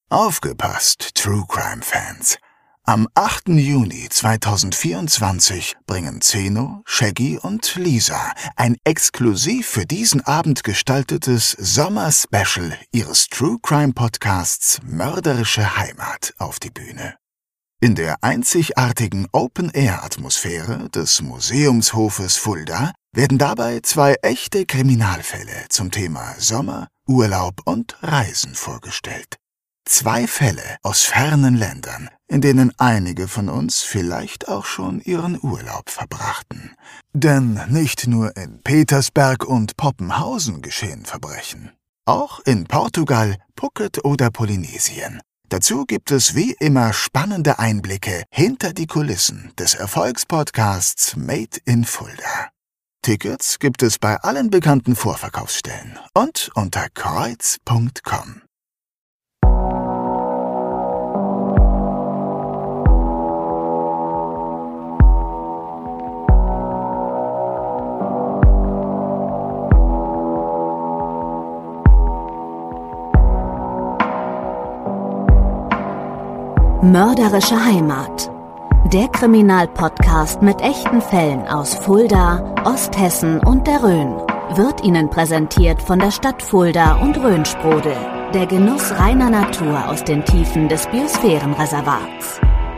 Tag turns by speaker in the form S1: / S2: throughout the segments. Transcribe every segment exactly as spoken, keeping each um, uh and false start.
S1: Aufgepasst, True Crime Fans! Am achten Juni zweitausendvierundzwanzig bringen Zeno, Shaggy und Lisa ein exklusiv für diesen Abend gestaltetes Sommer-Special ihres True Crime Podcasts Mörderische Heimat auf die Bühne. In der einzigartigen Open-Air-Atmosphäre des Museumshofes Fulda werden dabei zwei echte Kriminalfälle zum Thema Sommer, Urlaub und Reisen vorgestellt. Zwei Fälle aus fernen Ländern, in denen einige von uns vielleicht auch schon ihren Urlaub verbrachten. Denn nicht nur in Petersberg und Poppenhausen geschehen Verbrechen. Auch in Portugal, Phuket oder Polynesien. Dazu gibt es wie immer spannende Einblicke hinter die Kulissen des Erfolgspodcasts Made in Fulda. Tickets gibt es bei allen bekannten Vorverkaufsstellen und unter kreuz punkt com.
S2: Mörderische Heimat. Der Kriminalpodcast mit echten Fällen aus Fulda, Osthessen und der Rhön wird Ihnen präsentiert von der Stadt Fulda und Rhönsprudel. Der Genuss reiner Natur aus den Tiefen des Biosphärenreservats.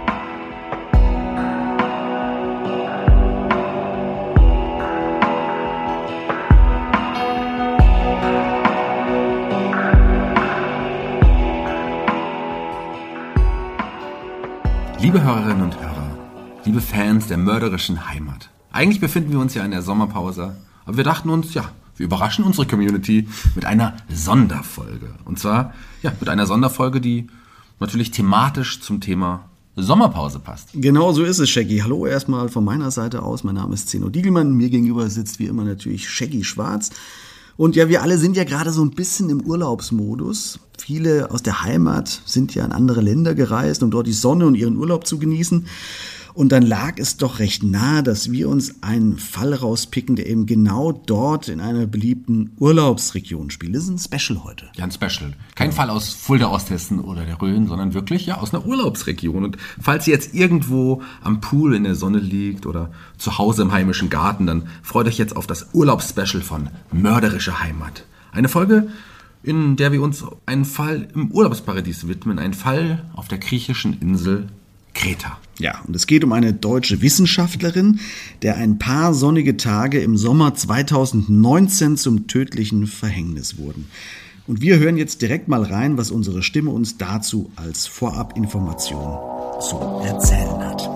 S3: Liebe Hörerinnen und Hörer, liebe Fans der mörderischen Heimat. Eigentlich befinden wir uns ja in der Sommerpause, aber wir dachten uns, ja, wir überraschen unsere Community mit einer Sonderfolge. Und zwar, ja, mit einer Sonderfolge, die natürlich thematisch zum Thema Sommerpause passt.
S4: Genau so ist es, Shaggy. Hallo erstmal von meiner Seite aus. Mein Name ist Zeno Diegelmann. Mir gegenüber sitzt wie immer natürlich Shaggy Schwarz. Und ja, wir alle sind ja gerade so ein bisschen im Urlaubsmodus. Viele aus der Heimat sind ja in andere Länder gereist, um dort die Sonne und ihren Urlaub zu genießen. Und dann lag es doch recht nahe, dass wir uns einen Fall rauspicken, der eben genau dort in einer beliebten Urlaubsregion spielt. Das ist ein Special heute.
S3: Ja, ein Special. Kein ja. Fall aus Fulda, Osthessen oder der Rhön, sondern wirklich ja aus einer Urlaubsregion. Und falls ihr jetzt irgendwo am Pool in der Sonne liegt oder zu Hause im heimischen Garten, dann freut euch jetzt auf das Urlaubsspecial von Mörderische Heimat. Eine Folge, in der wir uns einen Fall im Urlaubsparadies widmen. Ein Fall auf der griechischen Insel Kreta.
S4: Ja, und es geht um eine deutsche Wissenschaftlerin, der ein paar sonnige Tage im Sommer zweitausendneunzehn zum tödlichen Verhängnis wurden. Und wir hören jetzt direkt mal rein, was unsere Stimme uns dazu als Vorabinformation zu erzählen hat.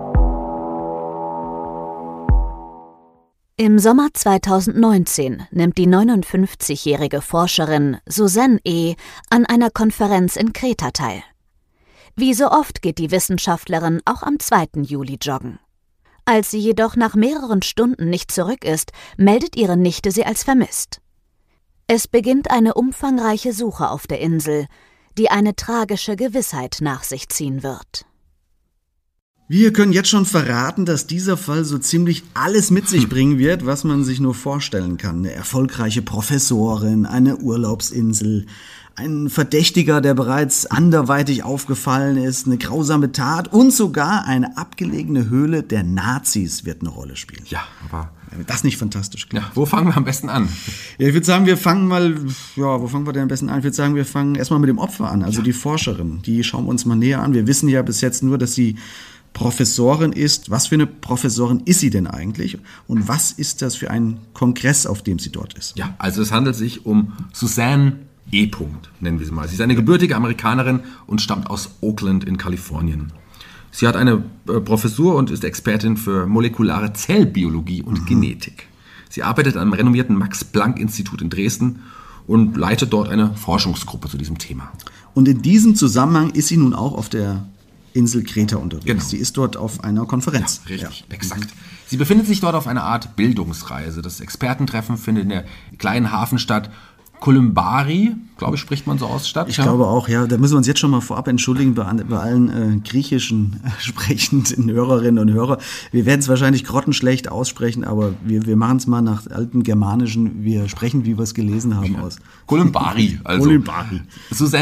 S2: Im Sommer zweitausendneunzehn nimmt die neunundfünfzigjährige Forscherin Suzanne E. an einer Konferenz in Kreta teil. Wie so oft geht die Wissenschaftlerin auch am zweiten Juli joggen. Als sie jedoch nach mehreren Stunden nicht zurück ist, meldet ihre Nichte sie als vermisst. Es beginnt eine umfangreiche Suche auf der Insel, die eine tragische Gewissheit nach sich ziehen wird.
S4: Wir können jetzt schon verraten, dass dieser Fall so ziemlich alles mit sich bringen wird, was man sich nur vorstellen kann. Eine erfolgreiche Professorin, eine Urlaubsinsel, ein Verdächtiger, der bereits anderweitig aufgefallen ist, eine grausame Tat und sogar eine abgelegene Höhle der Nazis wird eine Rolle spielen.
S3: Ja, aber
S4: das nicht fantastisch klingt.
S3: Ja, wo fangen wir am besten an?
S4: Ja, ich würde sagen, wir fangen mal, ja, wo fangen wir denn am besten an? Ich würde sagen, wir fangen erstmal mit dem Opfer an, also ja. die Forscherin. Die schauen wir uns mal näher an. Wir wissen ja bis jetzt nur, dass sie Professorin ist. Was für eine Professorin ist sie denn eigentlich? Und was ist das für ein Kongress, auf dem sie dort ist?
S3: Ja, also es handelt sich um Suzanne E. nennen wir sie mal. Sie ist eine gebürtige Amerikanerin und stammt aus Oakland in Kalifornien. Sie hat eine äh, Professur und ist Expertin für molekulare Zellbiologie und mhm. Genetik. Sie arbeitet am renommierten Max-Planck-Institut in Dresden und leitet dort eine Forschungsgruppe zu diesem Thema.
S4: Und in diesem Zusammenhang ist sie nun auch auf der Insel Kreta unterwegs.
S3: Genau.
S4: Sie ist dort auf einer Konferenz.
S3: Ja, richtig, ja. exakt. Mhm. Sie befindet sich dort auf einer Art Bildungsreise. Das Expertentreffen findet in der kleinen Hafenstadt Kolumbari, glaube ich, spricht man so aus, statt.
S4: Ich
S3: ja.
S4: glaube auch, ja. Da müssen wir uns jetzt schon mal vorab entschuldigen bei, bei allen äh, griechischen äh, sprechenden Hörerinnen und Hörer. Wir werden es wahrscheinlich grottenschlecht aussprechen, aber wir, wir machen es mal nach alten Germanischen. Wir sprechen, wie wir es gelesen haben,
S3: ja.
S4: aus.
S3: Kolumbari. Also.
S4: Kolumbari.
S3: Suzanne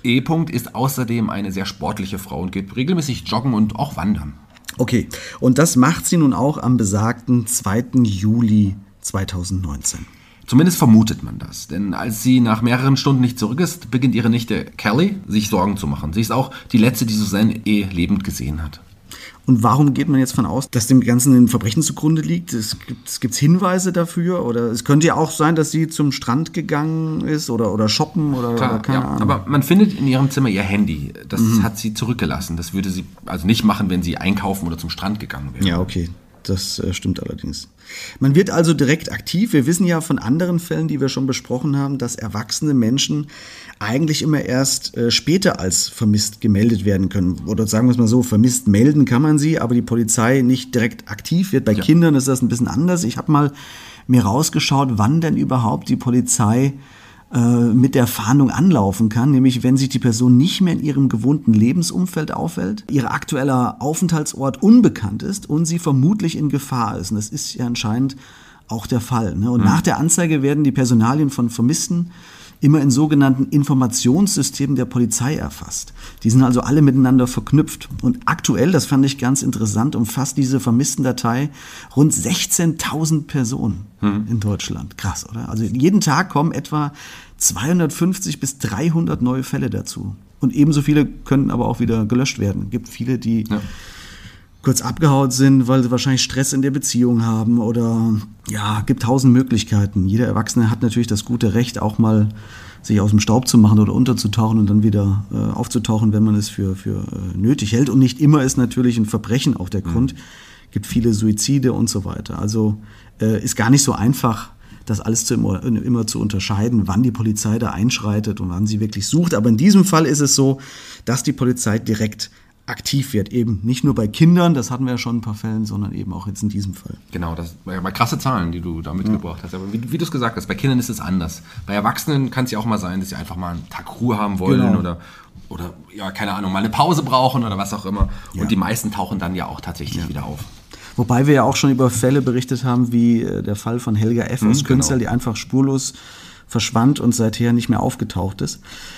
S3: E. ist außerdem eine sehr sportliche Frau und geht regelmäßig joggen und auch wandern.
S4: Okay, und das macht sie nun auch am besagten zweiten Juli zweitausendneunzehn.
S3: Zumindest vermutet man das, denn als sie nach mehreren Stunden nicht zurück ist, beginnt ihre Nichte Kelly sich Sorgen zu machen. Sie ist auch die letzte, die Suzanne E. lebend gesehen hat.
S4: Und warum geht man jetzt von aus, dass dem Ganzen ein Verbrechen zugrunde liegt? Es gibt es gibt's Hinweise dafür? Oder es könnte ja auch sein, dass sie zum Strand gegangen ist oder, oder shoppen oder,
S3: Klar,
S4: oder keine
S3: ja,
S4: Ahnung.
S3: aber man findet in ihrem Zimmer ihr Handy. Das mhm. hat sie zurückgelassen. Das würde sie also nicht machen, wenn sie einkaufen oder zum Strand gegangen wäre.
S4: Ja, okay. Das äh, stimmt allerdings. Man wird also direkt aktiv. Wir wissen ja von anderen Fällen, die wir schon besprochen haben, dass erwachsene Menschen eigentlich immer erst äh, später als vermisst gemeldet werden können. Oder sagen wir es mal so, vermisst melden kann man sie, aber die Polizei nicht direkt aktiv wird. Bei ja. Kindern ist das ein bisschen anders. Ich habe mal mir rausgeschaut, wann denn überhaupt die Polizei mit der Fahndung anlaufen kann, nämlich wenn sich die Person nicht mehr in ihrem gewohnten Lebensumfeld aufhält, ihr aktueller Aufenthaltsort unbekannt ist und sie vermutlich in Gefahr ist. Und das ist ja anscheinend auch der Fall. Und mhm. nach der Anzeige werden die Personalien von Vermissten immer in sogenannten Informationssystemen der Polizei erfasst. Die sind also alle miteinander verknüpft. Und aktuell, das fand ich ganz interessant, umfasst diese Vermisstendatei rund sechzehntausend Personen hm. in Deutschland. Krass, oder? Also jeden Tag kommen etwa zweihundertfünfzig bis dreihundert neue Fälle dazu. Und ebenso viele können aber auch wieder gelöscht werden. Es gibt viele, die ja. kurz abgehaut sind, weil sie wahrscheinlich Stress in der Beziehung haben oder ja, gibt tausend Möglichkeiten. Jeder Erwachsene hat natürlich das gute Recht, auch mal sich aus dem Staub zu machen oder unterzutauchen und dann wieder äh, aufzutauchen, wenn man es für, für äh, nötig hält. Und nicht immer ist natürlich ein Verbrechen auch der mhm. Grund. Es gibt viele Suizide und so weiter. Also äh, ist gar nicht so einfach, das alles zu immer, immer zu unterscheiden, wann die Polizei da einschreitet und wann sie wirklich sucht. Aber in diesem Fall ist es so, dass die Polizei direkt aktiv wird, eben nicht nur bei Kindern, das hatten wir ja schon in ein paar Fällen, sondern eben auch jetzt in diesem Fall.
S3: Genau, das waren ja krasse Zahlen, die du da mitgebracht ja. hast. Aber wie, wie du es gesagt hast, bei Kindern ist es anders. Bei Erwachsenen kann es ja auch mal sein, dass sie einfach mal einen Tag Ruhe haben wollen genau. oder, oder ja, keine Ahnung, mal eine Pause brauchen oder was auch immer. Und ja. die meisten tauchen dann ja auch tatsächlich ja. wieder auf.
S4: Wobei wir ja auch schon über Fälle berichtet haben, wie der Fall von Helga F. aus mhm, Künzell, genau. die einfach spurlos verschwand und seither nicht mehr aufgetaucht ist.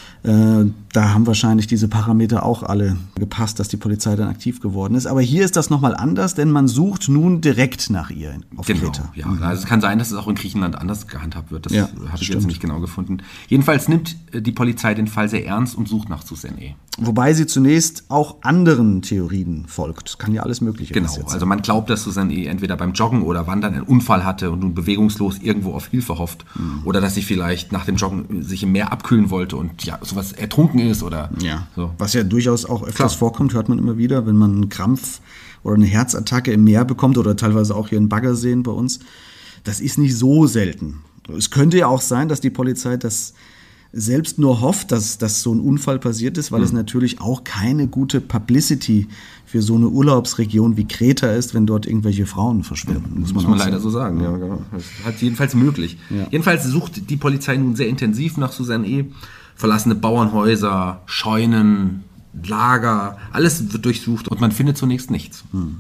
S4: Da haben wahrscheinlich diese Parameter auch alle gepasst, dass die Polizei dann aktiv geworden ist. Aber hier ist das nochmal anders, denn man sucht nun direkt nach ihr auf
S3: genau,
S4: Kreta.
S3: Ja. Also es kann sein, dass es auch in Griechenland anders gehandhabt wird. Das
S4: ja,
S3: habe ich
S4: stimmt.
S3: jetzt nicht genau gefunden. Jedenfalls nimmt die Polizei den Fall sehr ernst und sucht nach Suzanne E.
S4: Wobei sie zunächst auch anderen Theorien folgt. Das kann ja alles Mögliche sein.
S3: Genau, also man glaubt, dass Suzanne E. entweder beim Joggen oder Wandern einen Unfall hatte und nun bewegungslos irgendwo auf Hilfe hofft. Mhm. Oder dass sie vielleicht nach dem Joggen sich im Meer abkühlen wollte und ja, sowas ertrunken ist. Oder
S4: ja.
S3: so.
S4: Was ja durchaus auch öfters Klar. vorkommt, hört man immer wieder, wenn man einen Krampf oder eine Herzattacke im Meer bekommt oder teilweise auch hier in Baggerseen bei uns. Das ist nicht so selten. Es könnte ja auch sein, dass die Polizei das selbst nur hofft, dass, dass so ein Unfall passiert ist, weil mhm. es natürlich auch keine gute Publicity für so eine Urlaubsregion wie Kreta ist, wenn dort irgendwelche Frauen verschwinden.
S3: Ja, muss man, muss man leider so sagen. Ja, genau. Das ist halt jedenfalls möglich. Ja. Jedenfalls sucht die Polizei nun sehr intensiv nach Suzanne E. Verlassene Bauernhäuser, Scheunen, Lager, alles wird durchsucht und man findet zunächst nichts.
S4: Hm.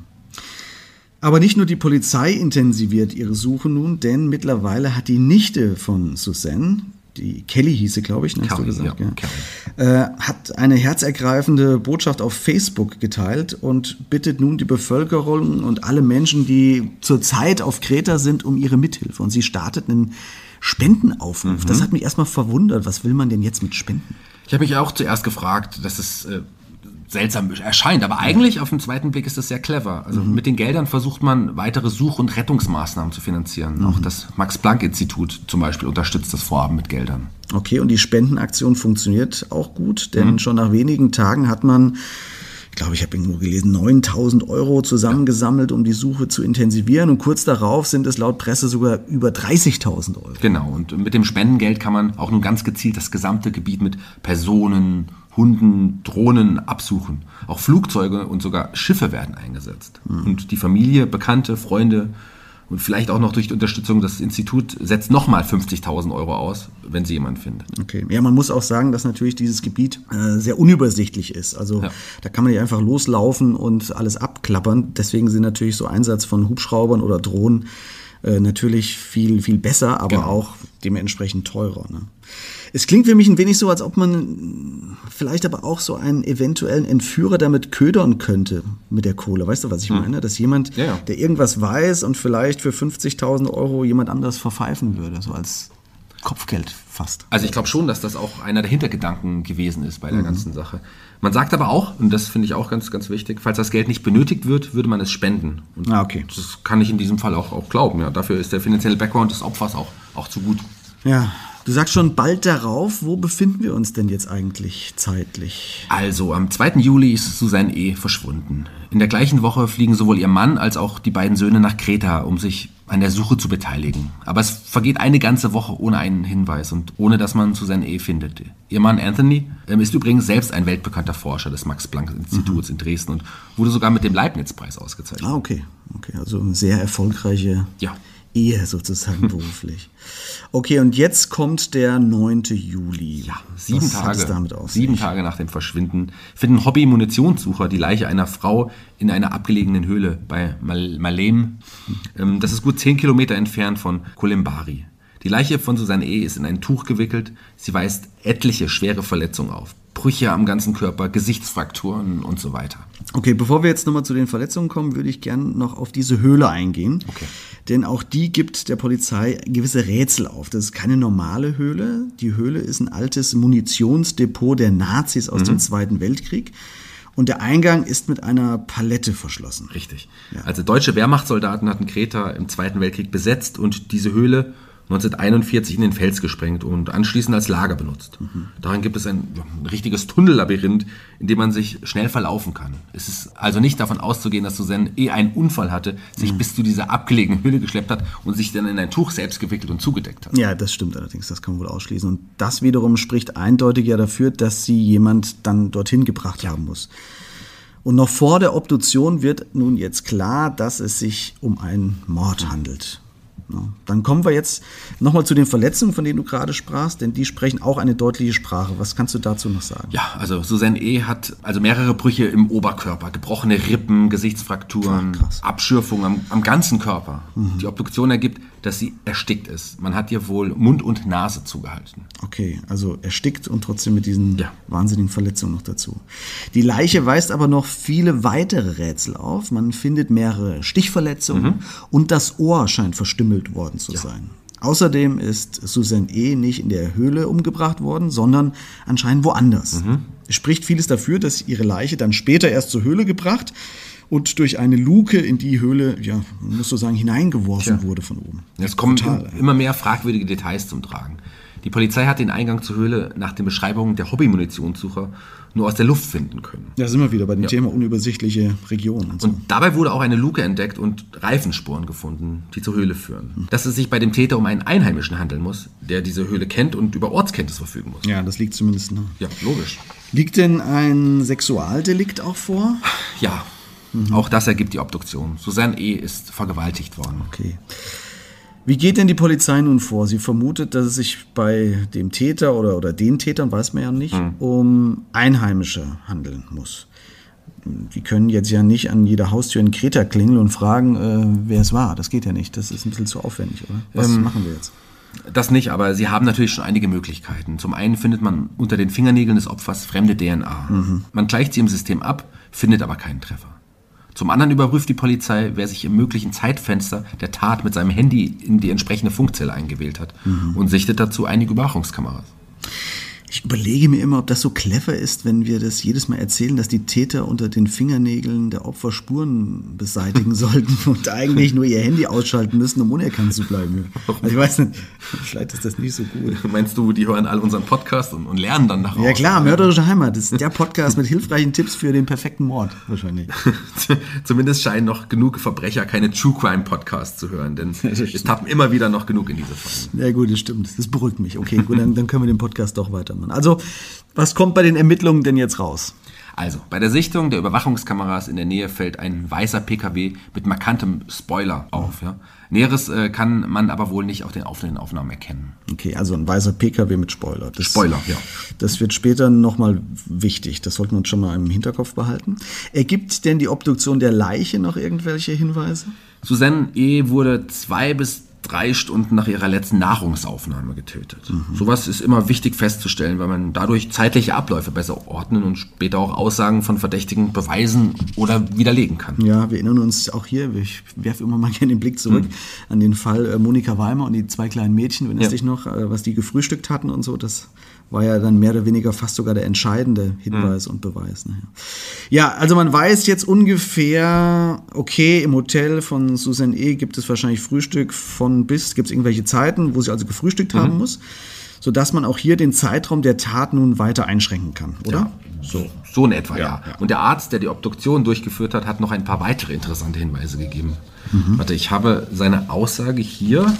S4: Aber nicht nur die Polizei intensiviert ihre Suche nun, denn mittlerweile hat die Nichte von Suzanne, die Kelly hieß sie, glaube ich, ne, hast
S3: Kelly,
S4: du gesagt,
S3: ja,
S4: ja. Äh, hat eine herzergreifende Botschaft auf Facebook geteilt und bittet nun die Bevölkerung und alle Menschen, die zurzeit auf Kreta sind, um ihre Mithilfe. Und sie startet einen Spendenaufruf. Mhm. Das hat mich erstmal verwundert. Was will man denn jetzt mit Spenden?
S3: Ich habe mich auch zuerst gefragt, dass es äh, seltsam erscheint, aber eigentlich auf den zweiten Blick ist das sehr clever. Also mhm. mit den Geldern versucht man, weitere Such- und Rettungsmaßnahmen zu finanzieren. Mhm. Auch das Max-Planck-Institut zum Beispiel unterstützt das Vorhaben mit Geldern.
S4: Okay, und die Spendenaktion funktioniert auch gut, denn mhm. schon nach wenigen Tagen hat man, ich glaube, ich habe irgendwo gelesen, neuntausend Euro zusammengesammelt, um die Suche zu intensivieren. Und kurz darauf sind es laut Presse sogar über dreißigtausend Euro.
S3: Genau, und mit dem Spendengeld kann man auch nun ganz gezielt das gesamte Gebiet mit Personen, Hunden, Drohnen absuchen. Auch Flugzeuge und sogar Schiffe werden eingesetzt. Mhm. Und die Familie, Bekannte, Freunde und vielleicht auch noch durch die Unterstützung des Instituts setzt nochmal fünfzigtausend Euro aus, wenn sie jemanden findet.
S4: Okay, ja, man muss auch sagen, dass natürlich dieses Gebiet äh, sehr unübersichtlich ist. Also ja. da kann man nicht einfach loslaufen und alles abklappern. Deswegen sind natürlich so Einsatz von Hubschraubern oder Drohnen äh, natürlich viel, viel besser, aber genau. auch dementsprechend teurer. Ne? Es klingt für mich ein wenig so, als ob man vielleicht aber auch so einen eventuellen Entführer damit ködern könnte mit der Kohle. Weißt du, was ich hm. meine? Dass jemand,
S3: ja, ja.
S4: der irgendwas weiß und vielleicht für fünfzigtausend Euro jemand anderes verpfeifen würde, so als Kopfgeld fast.
S3: Also ich glaube schon, dass das auch einer der Hintergedanken gewesen ist bei der mhm. ganzen Sache. Man sagt aber auch, und das finde ich auch ganz, ganz wichtig, falls das Geld nicht benötigt wird, würde man es spenden. Und
S4: ah, okay.
S3: Das kann ich in diesem Fall auch, auch glauben. Ja. Dafür ist der finanzielle Background des Opfers auch, auch zu gut.
S4: Ja, du sagst schon bald darauf. Wo befinden wir uns denn jetzt eigentlich zeitlich?
S3: Also, am zweiten Juli ist Suzanne E. verschwunden. In der gleichen Woche fliegen sowohl ihr Mann als auch die beiden Söhne nach Kreta, um sich an der Suche zu beteiligen. Aber es vergeht eine ganze Woche ohne einen Hinweis und ohne, dass man Suzanne E. findet. Ihr Mann Anthony ähm, ist übrigens selbst ein weltbekannter Forscher des Max-Planck-Instituts mhm. in Dresden und wurde sogar mit dem Leibniz-Preis ausgezeichnet.
S4: Ah, okay. okay. Also eine sehr erfolgreiche
S3: ja.
S4: Ehe sozusagen beruflich. Okay, und jetzt kommt der neunte Juli.
S3: Ja, sieben
S4: Was
S3: Tage,
S4: hat es damit auf
S3: sieben
S4: sich?
S3: Tage nach dem Verschwinden finden Hobby-Munitionssucher die Leiche einer Frau in einer abgelegenen Höhle bei Mal- Malem. Ähm, das ist gut zehn Kilometer entfernt von Kolimbari. Die Leiche von Suzanne E. ist in ein Tuch gewickelt. Sie weist etliche schwere Verletzungen auf. Brüche am ganzen Körper, Gesichtsfrakturen und so weiter.
S4: Okay, bevor wir jetzt nochmal zu den Verletzungen kommen, würde ich gerne noch auf diese Höhle eingehen.
S3: Okay.
S4: Denn auch die gibt der Polizei gewisse Rätsel auf. Das ist keine normale Höhle. Die Höhle ist ein altes Munitionsdepot der Nazis aus mhm. dem Zweiten Weltkrieg. Und der Eingang ist mit einer Palette verschlossen.
S3: Richtig. Ja. Also deutsche Wehrmachtssoldaten hatten Kreta im Zweiten Weltkrieg besetzt und diese Höhle neunzehnhunderteinundvierzig in den Fels gesprengt und anschließend als Lager benutzt. Mhm. Darin gibt es ein, ein richtiges Tunnellabyrinth, in dem man sich schnell verlaufen kann. Es ist also nicht davon auszugehen, dass Suzanne eh einen Unfall hatte, sich mhm. bis zu dieser abgelegenen Höhle geschleppt hat und sich dann in ein Tuch selbst gewickelt und zugedeckt hat.
S4: Ja, das stimmt allerdings, das kann man wohl ausschließen. Und das wiederum spricht eindeutig ja dafür, dass sie jemand dann dorthin gebracht ja. haben muss. Und noch vor der Obduktion wird nun jetzt klar, dass es sich um einen Mord handelt. Ja, dann kommen wir jetzt nochmal zu den Verletzungen, von denen du gerade sprachst, denn die sprechen auch eine deutliche Sprache. Was kannst du dazu noch sagen?
S3: Ja, also Suzanne E. hat also mehrere Brüche im Oberkörper, gebrochene Rippen, Gesichtsfrakturen, Ach, Abschürfungen am, am ganzen Körper. Mhm. Die Obduktion ergibt, dass sie erstickt ist. Man hat ihr wohl Mund und Nase zugehalten.
S4: Okay, also erstickt und trotzdem mit diesen ja. wahnsinnigen Verletzungen noch dazu. Die Leiche weist aber noch viele weitere Rätsel auf. Man findet mehrere Stichverletzungen mhm. und das Ohr scheint verstümmelt worden zu ja. sein. Außerdem ist Suzanne E. nicht in der Höhle umgebracht worden, sondern anscheinend woanders. Mhm. Es spricht vieles dafür, dass ihre Leiche dann später erst zur Höhle gebracht und durch eine Luke in die Höhle, ja, man muss so sagen, hineingeworfen Tja. wurde von oben.
S3: Es kommen Total, immer mehr fragwürdige Details zum Tragen. Die Polizei hat den Eingang zur Höhle nach den Beschreibungen der Hobby-Munitionssucher nur aus der Luft finden können.
S4: Ja, sind wir wieder bei dem ja. Thema unübersichtliche Regionen. Und, so.
S3: und dabei wurde auch eine Luke entdeckt und Reifenspuren gefunden, die zur Höhle führen. Hm. Dass es sich bei dem Täter um einen Einheimischen handeln muss, der diese Höhle kennt und über Ortskenntnis verfügen muss.
S4: Ja, das liegt zumindest nahe.
S3: Ja, logisch.
S4: Liegt denn ein Sexualdelikt auch vor?
S3: Ja, mhm. auch das ergibt die Obduktion. Suzanne E. ist vergewaltigt worden.
S4: Okay. Wie geht denn die Polizei nun vor? Sie vermutet, dass es sich bei dem Täter oder, oder den Tätern, weiß man ja nicht, hm. um Einheimische handeln muss. Die können jetzt ja nicht an jeder Haustür in Kreta klingeln und fragen, äh, wer es war. Das geht ja nicht. Das ist ein bisschen zu aufwendig, oder? Was ähm, machen wir jetzt?
S3: Das nicht, aber sie haben natürlich schon einige Möglichkeiten. Zum einen findet man unter den Fingernägeln des Opfers fremde D N A. Mhm. Man gleicht sie im System ab, findet aber keinen Treffer. Zum anderen überprüft die Polizei, wer sich im möglichen Zeitfenster der Tat mit seinem Handy in die entsprechende Funkzelle eingewählt hat mhm. und sichtet dazu einige Überwachungskameras.
S4: Ich überlege mir immer, ob das so clever ist, wenn wir das jedes Mal erzählen, dass die Täter unter den Fingernägeln der Opfer Spuren beseitigen sollten und eigentlich nur ihr Handy ausschalten müssen, um unerkannt zu bleiben. Also ich weiß nicht, vielleicht ist das nicht so gut.
S3: Meinst du, die hören all unseren Podcast und, und lernen dann daraus?
S4: Ja klar, Mörderische Heimat, das ist der Podcast mit hilfreichen Tipps für den perfekten Mord wahrscheinlich.
S3: Zumindest scheinen noch genug Verbrecher keine True Crime Podcasts zu hören, denn es tappen immer wieder noch genug in diese Fallen.
S4: Ja gut, das stimmt, das beruhigt mich. Okay, gut, dann, dann können wir den Podcast doch weitermachen. Also, was kommt bei den Ermittlungen denn jetzt raus?
S3: Also, bei der Sichtung der Überwachungskameras in der Nähe fällt ein weißer P K W mit markantem Spoiler auf. Ja. Näheres äh, kann man aber wohl nicht auf den Aufnahmen erkennen.
S4: Okay, also ein weißer P K W mit Spoiler. Das,
S3: Spoiler, ja.
S4: Das wird später nochmal wichtig. Das sollten wir uns schon mal im Hinterkopf behalten. Ergibt denn die Obduktion der Leiche noch irgendwelche Hinweise?
S3: Suzanne E. wurde zwei bis drei Stunden nach ihrer letzten Nahrungsaufnahme getötet. Mhm. Sowas ist immer wichtig festzustellen, weil man dadurch zeitliche Abläufe besser ordnen und später auch Aussagen von Verdächtigen beweisen oder widerlegen kann.
S4: Ja, wir erinnern uns auch hier, ich werfe immer mal gerne den Blick zurück mhm. an den Fall äh, Monika Weimer und die zwei kleinen Mädchen, wenn es ja. dich noch, äh, was die gefrühstückt hatten und so, das war ja dann mehr oder weniger fast sogar der entscheidende Hinweis mhm. und Beweis. Ne? Ja, also man weiß jetzt ungefähr, okay, im Hotel von Susan E. gibt es wahrscheinlich Frühstück von bis, gibt es irgendwelche Zeiten, wo sie also gefrühstückt mhm. haben muss, sodass man auch hier den Zeitraum der Tat nun weiter einschränken kann, oder?
S3: Ja, so, so in etwa, ja, ja. Und der Arzt, der die Obduktion durchgeführt hat, hat noch ein paar weitere interessante Hinweise gegeben. Mhm. Warte, ich habe seine Aussage hier.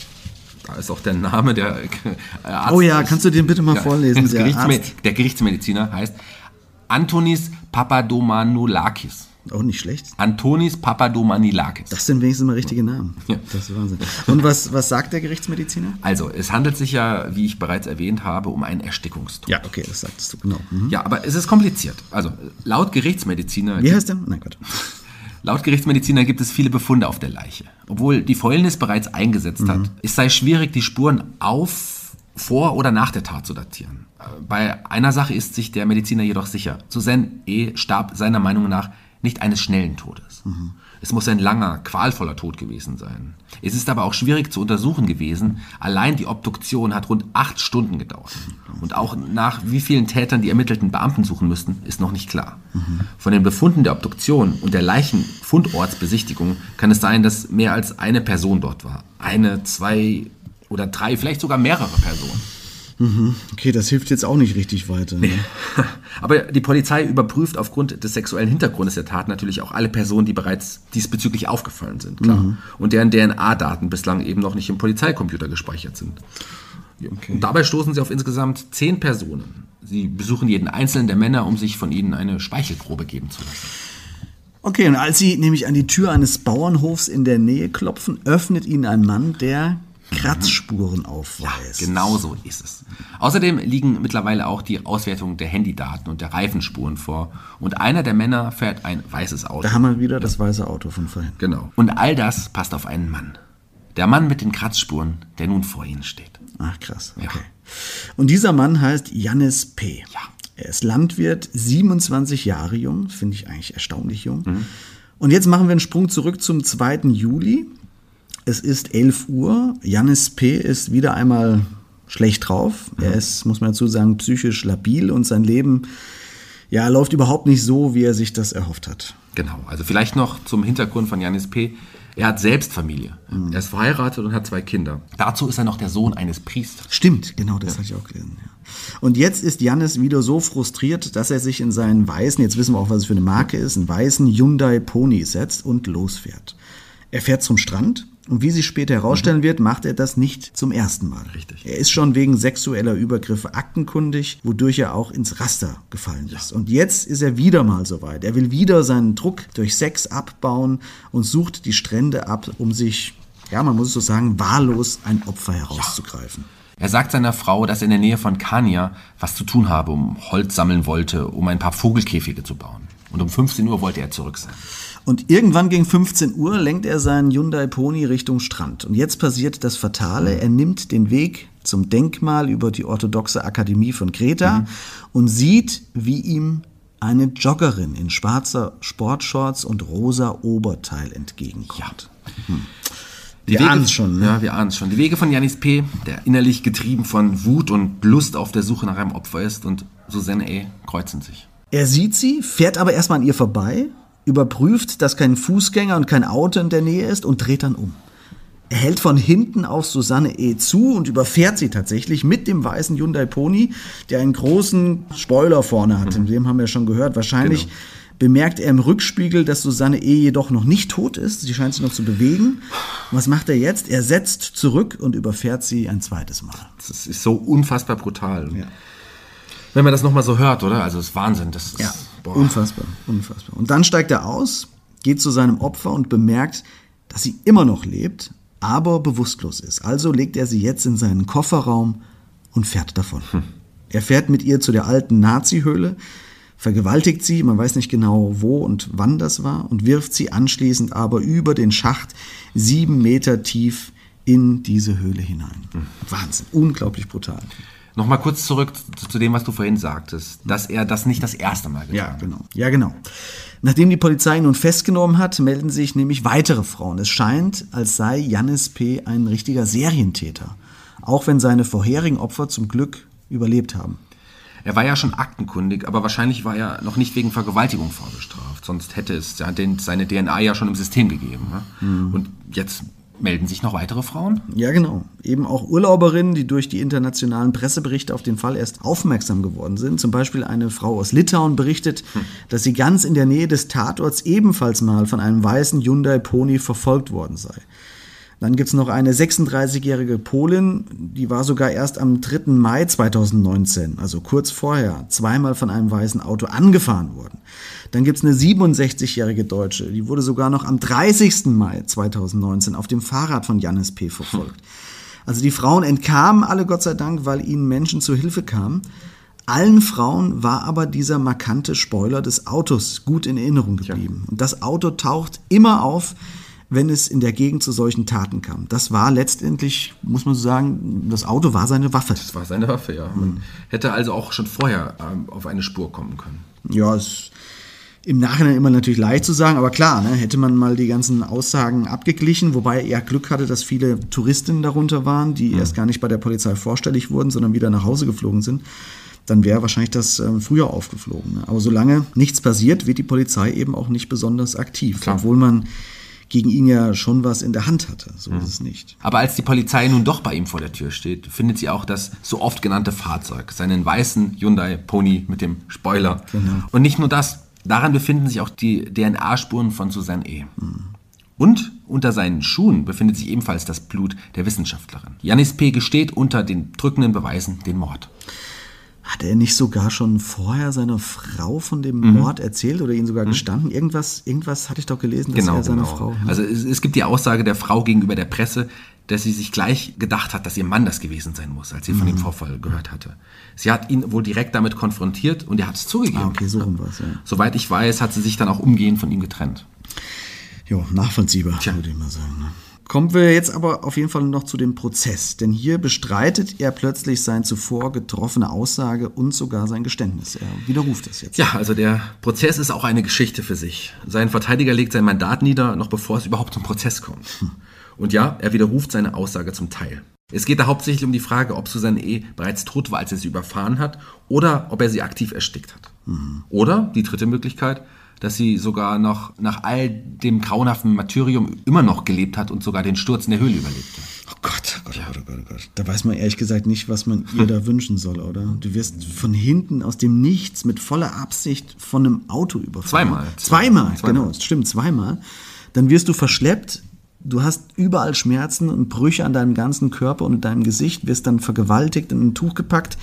S3: Da ist auch der Name der Arzt.
S4: Oh ja, kannst du den bitte mal ja, vorlesen?
S3: Der, Gerichtsme- der Gerichtsmediziner heißt Antonis Papadomanolakis.
S4: Auch nicht schlecht.
S3: Antonis Papadomanolakis.
S4: Das sind wenigstens mal richtige Namen. Ja. Das ist Wahnsinn. Und was, was sagt der Gerichtsmediziner?
S3: Also, es handelt sich ja, wie ich bereits erwähnt habe, um einen Erstickungstod.
S4: Ja, okay, das sagtest du, genau. Mhm.
S3: Ja, aber es ist kompliziert. Also, laut Gerichtsmediziner...
S4: Wie heißt der? Nein, Gott.
S3: Laut Gerichtsmediziner gibt es viele Befunde auf der Leiche. Obwohl die Fäulnis bereits eingesetzt mhm. hat, es sei schwierig, die Spuren auf, vor oder nach der Tat zu datieren. Bei einer Sache ist sich der Mediziner jedoch sicher. Susan E. starb seiner Meinung nach nicht eines schnellen Todes. Mhm. Es muss ein langer, qualvoller Tod gewesen sein. Es ist aber auch schwierig zu untersuchen gewesen. Allein die Obduktion hat rund acht Stunden gedauert. Und auch nach wie vielen Tätern die ermittelten Beamten suchen müssten, ist noch nicht klar. Mhm. Von den Befunden der Obduktion und der Leichenfundortsbesichtigung kann es sein, dass mehr als eine Person dort war. Eine, zwei oder drei, vielleicht sogar mehrere Personen.
S4: Mhm. Okay, das hilft jetzt auch nicht richtig weiter. Ne?
S3: Nee. Aber die Polizei überprüft aufgrund des sexuellen Hintergrundes der Tat natürlich auch alle Personen, die bereits diesbezüglich aufgefallen sind, klar. Mhm. Und deren D N A-Daten bislang eben noch nicht im Polizeicomputer gespeichert sind. Okay. Und dabei stoßen sie auf insgesamt zehn Personen. Sie besuchen jeden einzelnen der Männer, um sich von ihnen eine Speichelprobe geben zu lassen.
S4: Okay, und als sie nämlich an die Tür eines Bauernhofs in der Nähe klopfen, öffnet ihnen ein Mann, der Kratzspuren aufweist.
S3: Ja, genau so ist es. Außerdem liegen mittlerweile auch die Auswertung der Handydaten und der Reifenspuren vor. Und einer der Männer fährt ein weißes Auto.
S4: Da haben wir wieder das weiße Auto von vorhin.
S3: Genau. Und all das passt auf einen Mann. Der Mann mit den Kratzspuren, der nun vor ihnen steht.
S4: Ach, krass. Okay. Ja. Und dieser Mann heißt Jannis P.
S3: Ja.
S4: Er ist Landwirt, siebenundzwanzig Jahre jung. Finde ich eigentlich erstaunlich jung. Mhm. Und jetzt machen wir einen Sprung zurück zum zweiten Juli. Es ist elf Uhr. Jannis P. ist wieder einmal schlecht drauf. Mhm. Er ist, muss man dazu sagen, psychisch labil und sein Leben ja, läuft überhaupt nicht so, wie er sich das erhofft hat.
S3: Genau. Also vielleicht noch zum Hintergrund von Jannis P. Er hat selbst Familie. Mhm. Er ist verheiratet und hat zwei Kinder. Dazu ist er noch der Sohn eines Priesters.
S4: Stimmt, genau, das ja. hatte ich auch gelesen. Ja. Und jetzt ist Jannis wieder so frustriert, dass er sich in seinen weißen, jetzt wissen wir auch, was es für eine Marke ist, einen weißen Hyundai Pony setzt und losfährt. Er fährt zum Strand. Und wie sich später herausstellen wird, macht er das nicht zum ersten Mal.
S3: Richtig.
S4: Er ist schon wegen sexueller Übergriffe aktenkundig, wodurch er auch ins Raster gefallen ist. Ja. Und jetzt ist er wieder mal soweit. Er will wieder seinen Druck durch Sex abbauen und sucht die Strände ab, um sich, ja, man muss es so sagen, wahllos ein Opfer herauszugreifen.
S3: Ja. Er sagt seiner Frau, dass er in der Nähe von Kania was zu tun habe, um Holz sammeln wollte, um ein paar Vogelkäfige zu bauen. Und um fünfzehn Uhr wollte er zurück sein.
S4: Und irgendwann gegen fünfzehn Uhr lenkt er seinen Hyundai Pony Richtung Strand. Und jetzt passiert das Fatale. Er nimmt den Weg zum Denkmal über die orthodoxe Akademie von Kreta mhm. und sieht, wie ihm eine Joggerin in schwarzer Sportshorts und rosa Oberteil entgegenkommt.
S3: Ja.
S4: Hm.
S3: Wir ahnen es schon. Ne? Ja, wir ahnen es schon. Die Wege von Jannis P., der innerlich getrieben von Wut und Lust auf der Suche nach einem Opfer ist, und Susanne E. kreuzen sich.
S4: Er sieht sie, fährt aber erstmal an ihr vorbei, überprüft, dass kein Fußgänger und kein Auto in der Nähe ist und dreht dann um. Er hält von hinten auf Susanne E. zu und überfährt sie tatsächlich mit dem weißen Hyundai Pony, der einen großen Spoiler vorne hat. Mhm. Dem haben wir schon gehört. Wahrscheinlich genau. bemerkt er im Rückspiegel, dass Susanne E. jedoch noch nicht tot ist. Sie scheint sich noch zu bewegen. Und was macht er jetzt? Er setzt zurück und überfährt sie ein zweites Mal.
S3: Das ist so unfassbar brutal. Ja. Wenn man das nochmal so hört, oder? Also das ist Wahnsinn. Das ist,
S4: ja, boah. unfassbar, unfassbar. Und dann steigt er aus, geht zu seinem Opfer und bemerkt, dass sie immer noch lebt, aber bewusstlos ist. Also legt er sie jetzt in seinen Kofferraum und fährt davon. Hm. Er fährt mit ihr zu der alten Nazi-Höhle, vergewaltigt sie, man weiß nicht genau wo und wann das war, und wirft sie anschließend aber über den Schacht sieben Meter tief in diese Höhle hinein. Mhm. Wahnsinn, unglaublich brutal.
S3: Nochmal kurz zurück zu dem, was du vorhin sagtest, dass er das nicht das erste Mal getan hat.
S4: Ja, genau. Ja, genau. Nachdem die Polizei ihn nun festgenommen hat, melden sich nämlich weitere Frauen. Es scheint, als sei Yannis P. ein richtiger Serientäter, auch wenn seine vorherigen Opfer zum Glück überlebt haben.
S3: Er war ja schon aktenkundig, aber wahrscheinlich war er noch nicht wegen Vergewaltigung vorbestraft. Sonst hätte es seine D N A ja schon im System gegeben. Ne? Mhm. Und jetzt melden sich noch weitere Frauen?
S4: Ja, genau. Eben auch Urlauberinnen, die durch die internationalen Presseberichte auf den Fall erst aufmerksam geworden sind. Zum Beispiel eine Frau aus Litauen berichtet, hm. dass sie ganz in der Nähe des Tatorts ebenfalls mal von einem weißen Hyundai Pony verfolgt worden sei. Dann gibt es noch eine sechsunddreißigjährige Polin, die war sogar erst am dritten Mai zweitausendneunzehn, also kurz vorher, zweimal von einem weißen Auto angefahren worden. Dann gibt es eine siebenundsechzigjährige Deutsche, die wurde sogar noch am dreißigsten Mai zweitausendneunzehn auf dem Fahrrad von Yannis P. verfolgt. Also die Frauen entkamen alle Gott sei Dank, weil ihnen Menschen zu Hilfe kamen. Allen Frauen war aber dieser markante Spoiler des Autos gut in Erinnerung geblieben. Und das Auto taucht immer auf, wenn es in der Gegend zu solchen Taten kam. Das war letztendlich, muss man so sagen, das Auto war seine Waffe.
S3: Das war seine Waffe, ja. Man hätte also auch schon vorher ähm, auf eine Spur kommen können.
S4: Ja, es ist im Nachhinein immer natürlich leicht zu sagen, aber klar, ne, hätte man mal die ganzen Aussagen abgeglichen, wobei er Glück hatte, dass viele Touristinnen darunter waren, die mhm. erst gar nicht bei der Polizei vorstellig wurden, sondern wieder nach Hause geflogen sind. Dann wäre wahrscheinlich das ähm, früher aufgeflogen. Ne? Aber solange nichts passiert, wird die Polizei eben auch nicht besonders aktiv, klar. Obwohl man gegen ihn ja schon was in der Hand hatte. So mhm. ist es nicht.
S3: Aber als die Polizei nun doch bei ihm vor der Tür steht, findet sie auch das so oft genannte Fahrzeug, seinen weißen Hyundai Pony mit dem Spoiler. Genau. Und nicht nur das, daran befinden sich auch die D N A-Spuren von Suzanne E. Mhm. Und unter seinen Schuhen befindet sich ebenfalls das Blut der Wissenschaftlerin. Yannis P. gesteht unter den drückenden Beweisen den Mord.
S4: Hat er nicht sogar schon vorher seiner Frau von dem mhm. Mord erzählt oder ihn sogar mhm. gestanden? Irgendwas, irgendwas hatte ich doch gelesen, dass
S3: genau,
S4: er seine
S3: genau.
S4: Frau...
S3: Also es, es gibt die Aussage der Frau gegenüber der Presse, dass sie sich gleich gedacht hat, dass ihr Mann das gewesen sein muss, als sie mhm. von dem Vorfall gehört hatte. Sie hat ihn wohl direkt damit konfrontiert und er hat es zugegeben.
S4: Ah, okay, so rum war's, ja.
S3: Soweit ich weiß, hat sie sich dann auch umgehend von ihm getrennt.
S4: Jo, nachvollziehbar, Tja. würde ich mal sagen. Ne? Kommen wir jetzt aber auf jeden Fall noch zu dem Prozess, denn hier bestreitet er plötzlich seine zuvor getroffene Aussage und sogar sein Geständnis. Er widerruft es jetzt.
S3: Ja, also der Prozess ist auch eine Geschichte für sich. Sein Verteidiger legt sein Mandat nieder, noch bevor es überhaupt zum Prozess kommt. Hm. Und ja, er widerruft seine Aussage zum Teil. Es geht da hauptsächlich um die Frage, ob Suzanne E. bereits tot war, als er sie überfahren hat, oder ob er sie aktiv erstickt hat. Mhm. Oder, die dritte Möglichkeit, dass sie sogar noch nach all dem grauenhaften Martyrium immer noch gelebt hat und sogar den Sturz in der Höhle überlebte.
S4: Oh Gott, oh Gott, oh Gott, oh Gott, oh Gott. Da weiß man ehrlich gesagt nicht, was man ihr da wünschen soll, oder? Du wirst von hinten aus dem Nichts mit voller Absicht von einem Auto überfahren.
S3: Zweimal.
S4: Zweimal, zweimal. Genau, stimmt, zweimal. Dann wirst du verschleppt. Du hast überall Schmerzen und Brüche an deinem ganzen Körper und in deinem Gesicht, wirst dann vergewaltigt und in ein Tuch gepackt.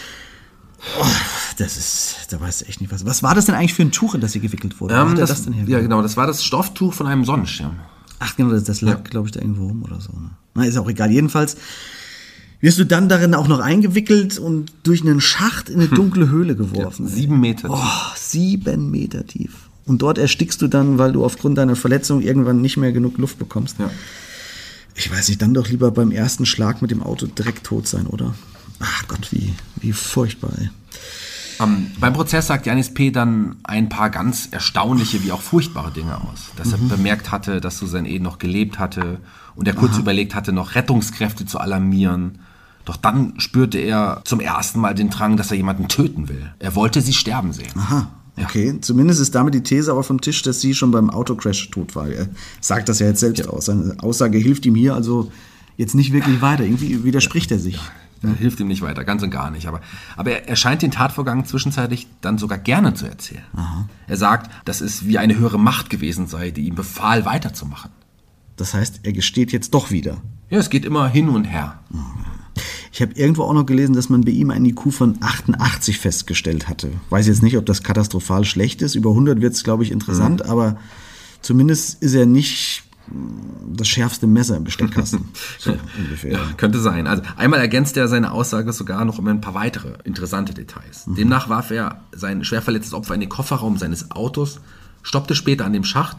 S4: Oh, das ist, da weißt du echt nicht was. Was war das denn eigentlich für ein Tuch, in das sie gewickelt wurde?
S3: Ähm, das, das denn ja, genau, das war das Stofftuch von einem Sonnenschirm.
S4: Ach genau, das, das lag, ja. glaube ich, da irgendwo rum oder so. Ne? Na, ist auch egal. Jedenfalls wirst du dann darin auch noch eingewickelt und durch einen Schacht in eine dunkle Höhle geworfen.
S3: Ja, sieben Meter tief.
S4: Oh, sieben Meter tief. Und dort erstickst du dann, weil du aufgrund deiner Verletzung irgendwann nicht mehr genug Luft bekommst. Ja. Ich weiß nicht, dann doch lieber beim ersten Schlag mit dem Auto direkt tot sein, oder? Ach Gott, wie, wie furchtbar, ey.
S3: Um, beim Prozess sagt Yannis P. dann ein paar ganz erstaunliche wie auch furchtbare Dinge aus. Dass mhm. er bemerkt hatte, dass Suzanne E. noch gelebt hatte und er kurz Aha. überlegt hatte, noch Rettungskräfte zu alarmieren. Doch dann spürte er zum ersten Mal den Drang, dass er jemanden töten will. Er wollte sie sterben sehen.
S4: Aha. Okay, ja. Zumindest ist damit die These aber vom Tisch, dass sie schon beim Autocrash tot war. Er sagt das ja jetzt selbst ja. aus. Seine Aussage hilft ihm hier also jetzt nicht wirklich weiter. Irgendwie widerspricht er sich.
S3: Ja, ja. Hilft ihm nicht weiter, ganz und gar nicht. Aber, aber er, er scheint den Tatvorgang zwischenzeitlich dann sogar gerne zu erzählen. Aha. Er sagt, dass es wie eine höhere Macht gewesen sei, die ihm befahl, weiterzumachen.
S4: Das heißt, er gesteht jetzt doch wieder?
S3: Ja, es geht immer hin und her.
S4: Mhm. Ich habe irgendwo auch noch gelesen, dass man bei ihm einen I Q von achtundachtzig festgestellt hatte. Weiß jetzt nicht, ob das katastrophal schlecht ist. Über hundert wird es, glaube ich, interessant. Mhm. Aber zumindest ist er nicht das schärfste Messer im Besteckkasten. So ungefähr.
S3: Ja, könnte sein. Also einmal ergänzt er seine Aussage sogar noch um ein paar weitere interessante Details. Mhm. Demnach warf er sein schwer verletztes Opfer in den Kofferraum seines Autos, stoppte später an dem Schacht,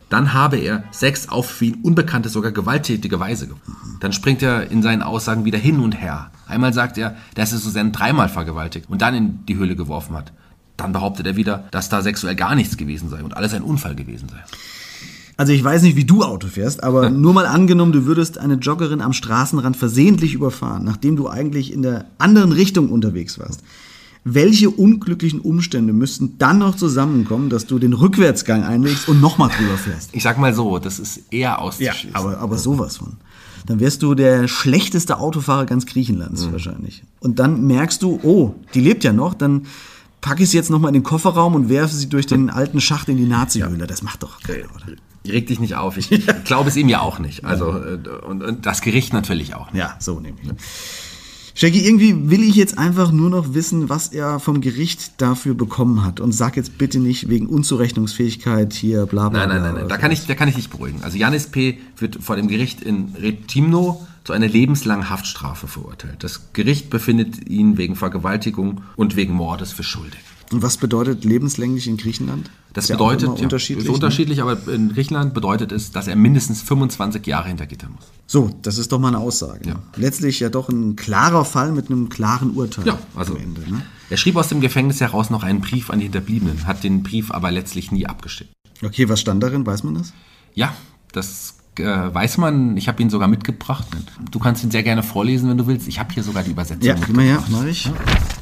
S3: dann habe er Sex auf für ihn unbekannte, sogar gewalttätige Weise gefunden. Dann springt er in seinen Aussagen wieder hin und her. Einmal sagt er, dass er Suzanne dreimal vergewaltigt und dann in die Höhle geworfen hat. Dann behauptet er wieder, dass da sexuell gar nichts gewesen sei und alles ein Unfall gewesen sei.
S4: Also ich weiß nicht, wie du Auto fährst, aber nur mal angenommen, du würdest eine Joggerin am Straßenrand versehentlich überfahren, nachdem du eigentlich in der anderen Richtung unterwegs warst. Welche unglücklichen Umstände müssten dann noch zusammenkommen, dass du den Rückwärtsgang einlegst und nochmal drüber fährst?
S3: Ich sag mal so, das ist eher auszuschließen.
S4: Ja, aber, aber sowas von. Dann wärst du der schlechteste Autofahrer ganz Griechenlands mhm. wahrscheinlich. Und dann merkst du, oh, die lebt ja noch, dann packe ich sie jetzt nochmal in den Kofferraum und werfe sie durch den alten Schacht in die Nazi-Höhle. Das macht doch keiner, oder?
S3: Reg dich nicht auf, ich glaube es ihm ja auch nicht. Also, und, und das Gericht natürlich auch nicht.
S4: Ja, so nämlich. Shaggy, irgendwie will ich jetzt einfach nur noch wissen, was er vom Gericht dafür bekommen hat. Und sag jetzt bitte nicht wegen Unzurechnungsfähigkeit hier, bla bla bla.
S3: Nein, nein, nein, nein. Da kann ich, da kann ich dich beruhigen. Also Yannis P. wird vor dem Gericht in Rethymno zu einer lebenslangen Haftstrafe verurteilt. Das Gericht befindet ihn wegen Vergewaltigung und wegen Mordes für schuldig.
S4: Und was bedeutet lebenslänglich in Griechenland?
S3: Das ist bedeutet, ja, unterschiedlich, ist unterschiedlich, ne? Aber in Griechenland bedeutet es, dass er mindestens fünfundzwanzig Jahre hinter Gitter muss.
S4: So, das ist doch mal eine Aussage. Ja. Letztlich ja doch ein klarer Fall mit einem klaren Urteil.
S3: Ja, also am Ende. Ne? Er schrieb aus dem Gefängnis heraus noch einen Brief an die Hinterbliebenen, hat den Brief aber letztlich nie abgeschickt.
S4: Okay, was stand darin? Weiß man das?
S3: Ja, das äh, weiß man. Ich habe ihn sogar mitgebracht. Du kannst ihn sehr gerne vorlesen, wenn du willst. Ich habe hier sogar die Übersetzung.
S4: Ja, immer her, mache ich. Ja.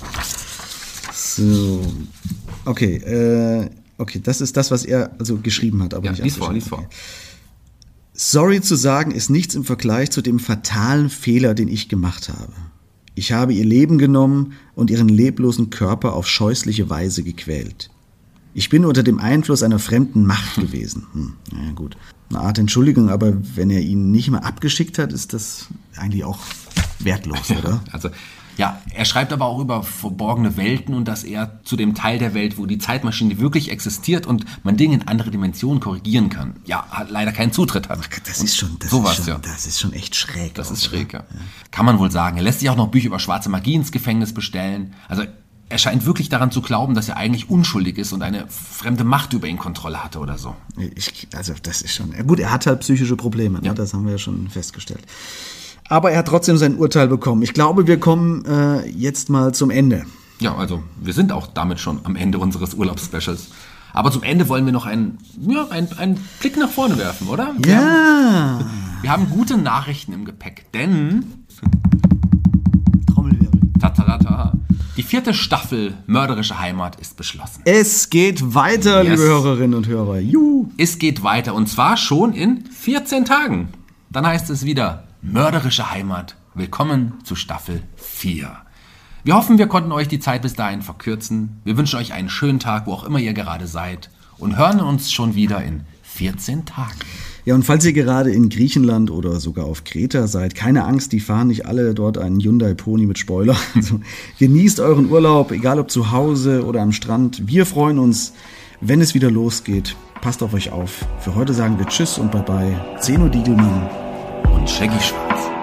S4: So, okay, äh, okay, das ist das, was er also geschrieben hat, aber
S3: ja,
S4: nicht
S3: lies vor, lies vor.
S4: Sorry zu sagen ist nichts im Vergleich zu dem fatalen Fehler, den ich gemacht habe. Ich habe ihr Leben genommen und ihren leblosen Körper auf scheußliche Weise gequält. Ich bin unter dem Einfluss einer fremden Macht gewesen. Hm, na gut, eine Art Entschuldigung, aber wenn er ihn nicht mal abgeschickt hat, ist das eigentlich auch wertlos,
S3: ja,
S4: oder?
S3: Also ja, er schreibt aber auch über verborgene Welten und dass er zu dem Teil der Welt, wo die Zeitmaschine wirklich existiert und man Dinge in andere Dimensionen korrigieren kann, ja, hat leider keinen Zutritt hat.
S4: Das ist schon, das
S3: sowas,
S4: ist schon,
S3: ja.
S4: das ist schon echt schräg.
S3: Das
S4: auch,
S3: ist schräg, ja.
S4: ja.
S3: Kann man wohl sagen. Er lässt sich auch noch Bücher über schwarze Magie ins Gefängnis bestellen. Also er scheint wirklich daran zu glauben, dass er eigentlich unschuldig ist und eine fremde Macht über ihn Kontrolle hatte oder so.
S4: Ich, also das ist schon, ja gut, er hat halt psychische Probleme, ne? Ja. Das haben wir ja schon festgestellt. Aber er hat trotzdem sein Urteil bekommen. Ich glaube, wir kommen äh, jetzt mal zum Ende.
S3: Ja, also wir sind auch damit schon am Ende unseres Urlaubsspecials. Aber zum Ende wollen wir noch einen, ja, einen, einen Blick nach vorne werfen, oder? Wir
S4: ja.
S3: Haben, wir haben gute Nachrichten im Gepäck, denn
S4: Trommelwirbel.
S3: Tatarata, die vierte Staffel Mörderische Heimat ist beschlossen.
S4: Es geht weiter, yes. Liebe Hörerinnen und Hörer. Juhu.
S3: Es geht weiter und zwar schon in vierzehn Tagen. Dann heißt es wieder Mörderische Heimat. Willkommen zu Staffel vier. Wir hoffen, wir konnten euch die Zeit bis dahin verkürzen. Wir wünschen euch einen schönen Tag, wo auch immer ihr gerade seid und hören uns schon wieder in vierzehn Tagen.
S4: Ja, und falls ihr gerade in Griechenland oder sogar auf Kreta seid, keine Angst, die fahren nicht alle dort einen Hyundai Pony mit Spoiler. Also genießt euren Urlaub, egal ob zu Hause oder am Strand. Wir freuen uns, wenn es wieder losgeht. Passt auf euch auf. Für heute sagen wir Tschüss und Bye-bye. Zeno Diegelmann
S3: und Shaggy Schwarz.